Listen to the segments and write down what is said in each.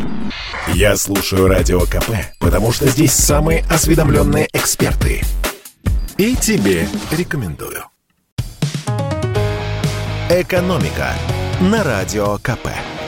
Я слушаю Радио КП, потому что здесь самые осведомленные эксперты. И тебе рекомендую. «Экономика» на Радио КП.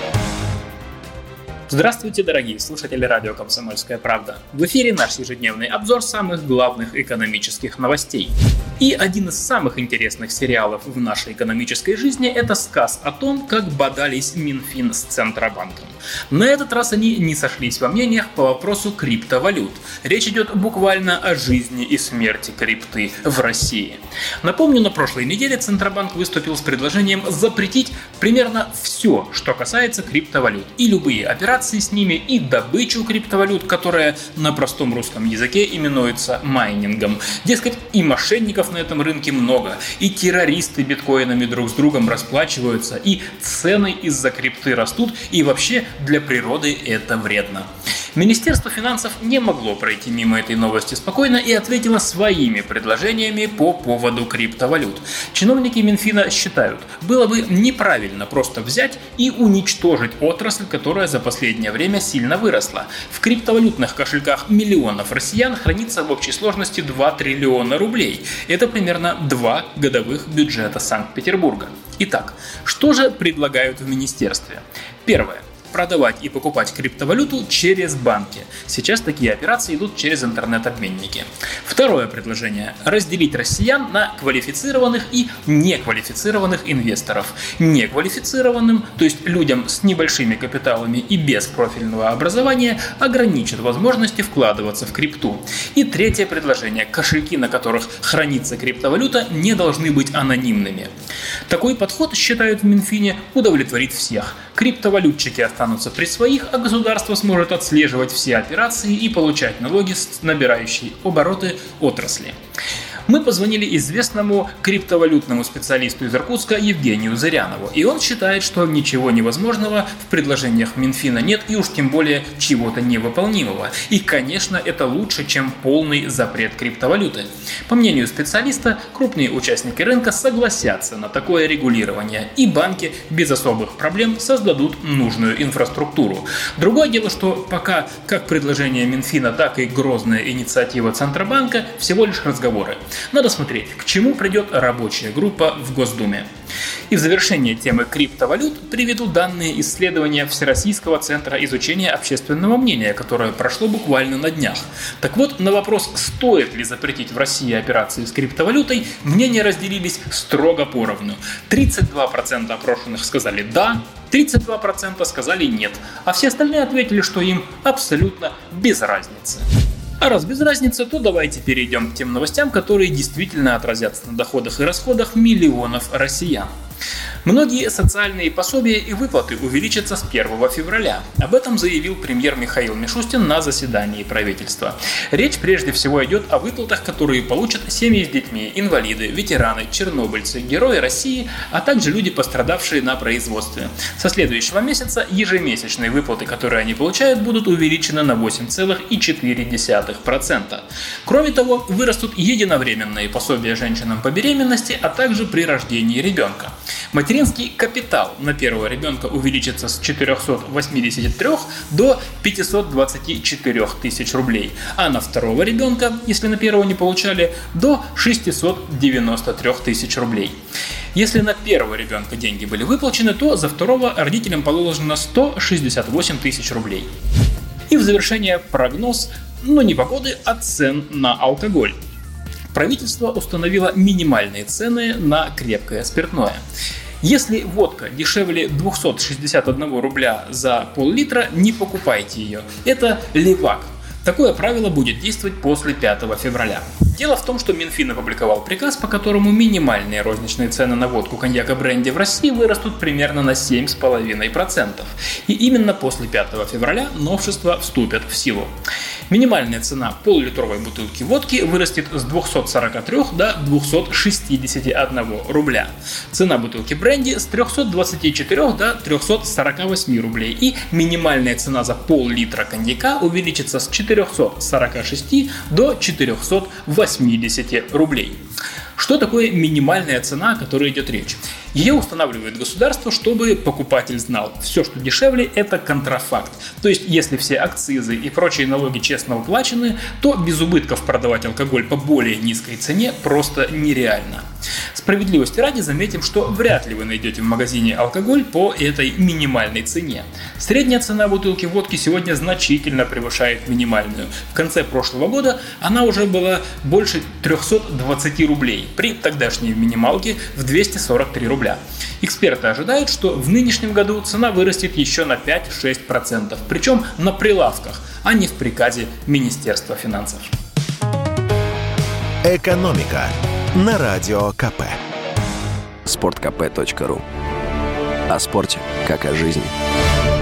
Здравствуйте, дорогие слушатели радио «Комсомольская правда». В эфире наш ежедневный обзор самых главных экономических новостей. И один из самых интересных сериалов в нашей экономической жизни – это сказ о том, как бодались Минфин с Центробанком. На этот раз они не сошлись во мнениях по вопросу криптовалют. Речь идет буквально о жизни и смерти крипты в России. Напомню, на прошлой неделе Центробанк выступил с предложением запретить примерно все, что касается криптовалют, и любые операции с ними, и добычу криптовалют, которая на простом русском языке именуется майнингом. Дескать, и мошенников на этом рынке много, и террористы биткоинами друг с другом расплачиваются, и цены из-за крипты растут, и вообще для природы это вредно. Министерство финансов не могло пройти мимо этой новости спокойно и ответило своими предложениями по поводу криптовалют. Чиновники Минфина считают, было бы неправильно просто взять и уничтожить отрасль, которая за последнее время сильно выросла. В криптовалютных кошельках миллионов россиян хранится в общей сложности 2 триллиона рублей. Это примерно 2 годовых бюджета Санкт-Петербурга. Итак, что же предлагают в министерстве? Первое. Продавать и покупать криптовалюту через банки. Сейчас такие операции идут через интернет-обменники. Второе предложение – разделить россиян на квалифицированных и неквалифицированных инвесторов. Неквалифицированным, то есть людям с небольшими капиталами и без профильного образования, ограничат возможности вкладываться в крипту. И третье предложение – кошельки, на которых хранится криптовалюта, не должны быть анонимными. Такой подход, считают в Минфине, удовлетворит всех. Криптовалютчики останутся при своих, а государство сможет отслеживать все операции и получать налоги с набирающей обороты отрасли. Мы позвонили известному криптовалютному специалисту из Иркутска Евгению Зырянову, и он считает, что ничего невозможного в предложениях Минфина нет, и уж тем более чего-то невыполнимого. И, конечно, это лучше, чем полный запрет криптовалюты. По мнению специалиста, крупные участники рынка согласятся на такое регулирование, и банки без особых проблем создадут нужную инфраструктуру. Другое дело, что пока как предложение Минфина, так и грозная инициатива Центробанка всего лишь разговоры. Надо смотреть, к чему придет рабочая группа в Госдуме. И в завершение темы криптовалют приведу данные исследования Всероссийского центра изучения общественного мнения, которое прошло буквально на днях. Так вот, на вопрос, стоит ли запретить в России операции с криптовалютой, мнения разделились строго поровну. 32% опрошенных сказали «да», 32% сказали «нет», а все остальные ответили, что им абсолютно без разницы. А раз без разницы, то давайте перейдем к тем новостям, которые действительно отразятся на доходах и расходах миллионов россиян. Многие социальные пособия и выплаты увеличатся с 1 февраля. Об этом заявил премьер Михаил Мишустин на заседании правительства. Речь прежде всего идет о выплатах, которые получат семьи с детьми, инвалиды, ветераны, чернобыльцы, герои России, а также люди, пострадавшие на производстве. Со следующего месяца ежемесячные выплаты, которые они получают, будут увеличены на 8,4%. Кроме того, вырастут единовременные пособия женщинам по беременности, а также при рождении ребенка. Материнский капитал на первого ребенка увеличится с 483 до 524 тысяч рублей, а на второго ребенка, если на первого не получали, до 693 тысяч рублей. Если на первого ребенка деньги были выплачены, то за второго родителям положено 168 тысяч рублей. И в завершение прогноз, но не погоды, а цен на алкоголь. Правительство установило минимальные цены на крепкое спиртное. Если водка дешевле 261 рубля за пол-литра, не покупайте ее. Это левак. Такое правило будет действовать после 5 февраля. Дело в том, что Минфин опубликовал приказ, по которому минимальные розничные цены на водку, коньяк и бренди в России вырастут примерно на 7,5%. И именно после 5 февраля новшества вступят в силу. Минимальная цена пол-литровой бутылки водки вырастет с 243 до 261 рубля. Цена бутылки бренди с 324 до 348 рублей. И минимальная цена за пол-литра коньяка увеличится с 446 до 480 рублей. Что такое минимальная цена, о которой идет речь? Ее устанавливает государство, чтобы покупатель знал, все, что дешевле, это контрафакт. То есть, если все акцизы и прочие налоги честно уплачены, то без убытков продавать алкоголь по более низкой цене просто нереально. Справедливости ради заметим, что вряд ли вы найдете в магазине алкоголь по этой минимальной цене. Средняя цена бутылки водки сегодня значительно превышает минимальную. В конце прошлого года она уже была больше 320 рублей, при тогдашней минималке в 243 рубля. Эксперты ожидают, что в нынешнем году цена вырастет еще на 5-6%, причем на прилавках, а не в приказе Министерства финансов. Экономика на Радио КП. Sportkp.ru. О спорте, как о жизни.